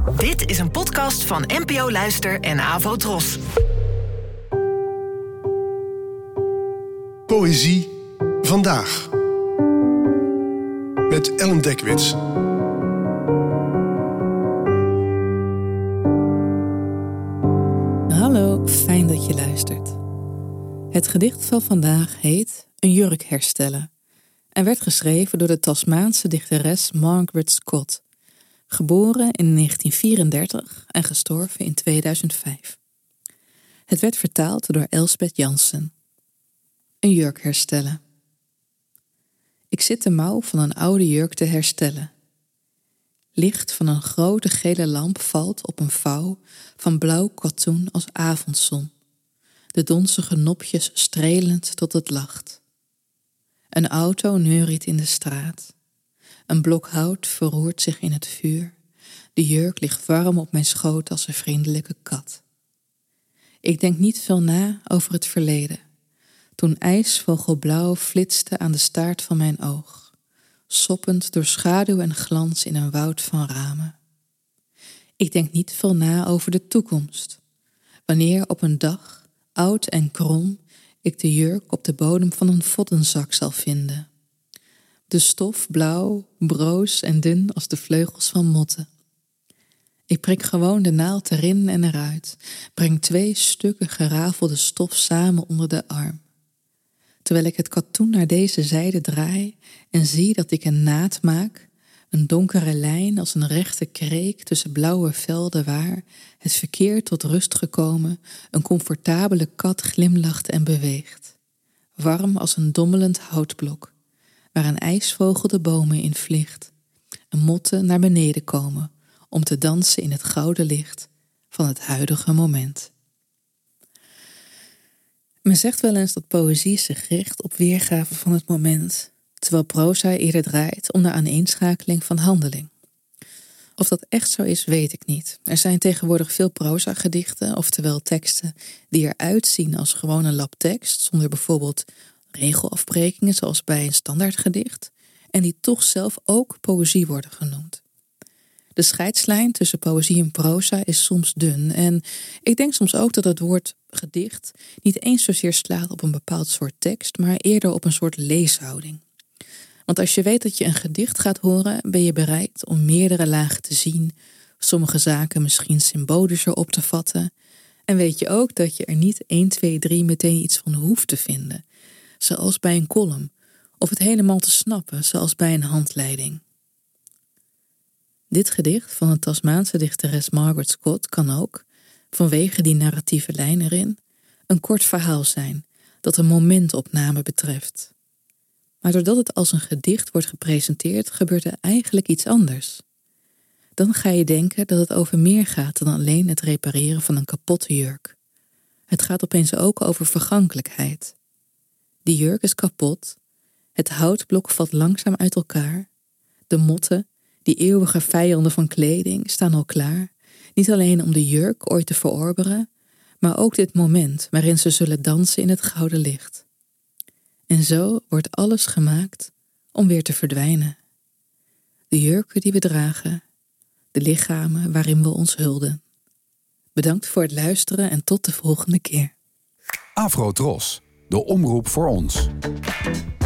Dit is een podcast van NPO Luister en Avo Tros. Poëzie vandaag. Met Ellen Dekwits. Hallo, fijn dat je luistert. Het gedicht van vandaag heet Een jurk herstellen en werd geschreven door de Tasmaanse dichteres Margaret Scott, geboren in 1934 en gestorven in 2005. Het werd vertaald door Elsbeth Jansen. Een jurk herstellen. Ik zit de mouw van een oude jurk te herstellen. Licht van een grote gele lamp valt op een vouw van blauw katoen als avondzon, de donzige nopjes strelend tot het lacht. Een auto neuriet in de straat. Een blok hout verroert zich in het vuur. De jurk ligt warm op mijn schoot als een vriendelijke kat. Ik denk niet veel na over het verleden, toen ijsvogelblauw flitste aan de staart van mijn oog, soppend door schaduw en glans in een woud van ramen. Ik denk niet veel na over de toekomst, wanneer op een dag, oud en krom, ik de jurk op de bodem van een voddenzak zal vinden. De stof blauw, broos en dun als de vleugels van motten. Ik prik gewoon de naald erin en eruit, breng 2 stukken gerafelde stof samen onder de arm. Terwijl ik het katoen naar deze zijde draai en zie dat ik een naad maak, een donkere lijn als een rechte kreek tussen blauwe velden waar, het verkeer tot rust gekomen, een comfortabele kat glimlacht en beweegt. Warm als een dommelend houtblok, waar een ijsvogel de bomen in vliegt en motten naar beneden komen om te dansen in het gouden licht van het huidige moment. Men zegt wel eens dat poëzie zich richt op weergave van het moment, terwijl proza eerder draait om de aaneenschakeling van handeling. Of dat echt zo is, weet ik niet. Er zijn tegenwoordig veel proza-gedichten, oftewel teksten die eruit zien als gewoon een lap tekst, zonder bijvoorbeeld regelafbrekingen zoals bij een standaardgedicht, en die toch zelf ook poëzie worden genoemd. De scheidslijn tussen poëzie en proza is soms dun en ik denk soms ook dat het woord gedicht niet eens zozeer slaat op een bepaald soort tekst, maar eerder op een soort leeshouding. Want als je weet dat je een gedicht gaat horen, ben je bereid om meerdere lagen te zien, sommige zaken misschien symbolischer op te vatten, en weet je ook dat je er niet 1, 2, 3 meteen iets van hoeft te vinden, zoals bij een column, of het helemaal te snappen, zoals bij een handleiding. Dit gedicht van de Tasmaanse dichteres Margaret Scott kan ook, vanwege die narratieve lijn erin, een kort verhaal zijn dat een momentopname betreft. Maar doordat het als een gedicht wordt gepresenteerd, gebeurt er eigenlijk iets anders. Dan ga je denken dat het over meer gaat dan alleen het repareren van een kapotte jurk. Het gaat opeens ook over vergankelijkheid. Die jurk is kapot, het houtblok valt langzaam uit elkaar, de motten, die eeuwige vijanden van kleding, staan al klaar, niet alleen om de jurk ooit te verorberen, maar ook dit moment waarin ze zullen dansen in het gouden licht. En zo wordt alles gemaakt om weer te verdwijnen. De jurken die we dragen, de lichamen waarin we ons hulden. Bedankt voor het luisteren en tot de volgende keer. Avo Tros, de omroep voor ons.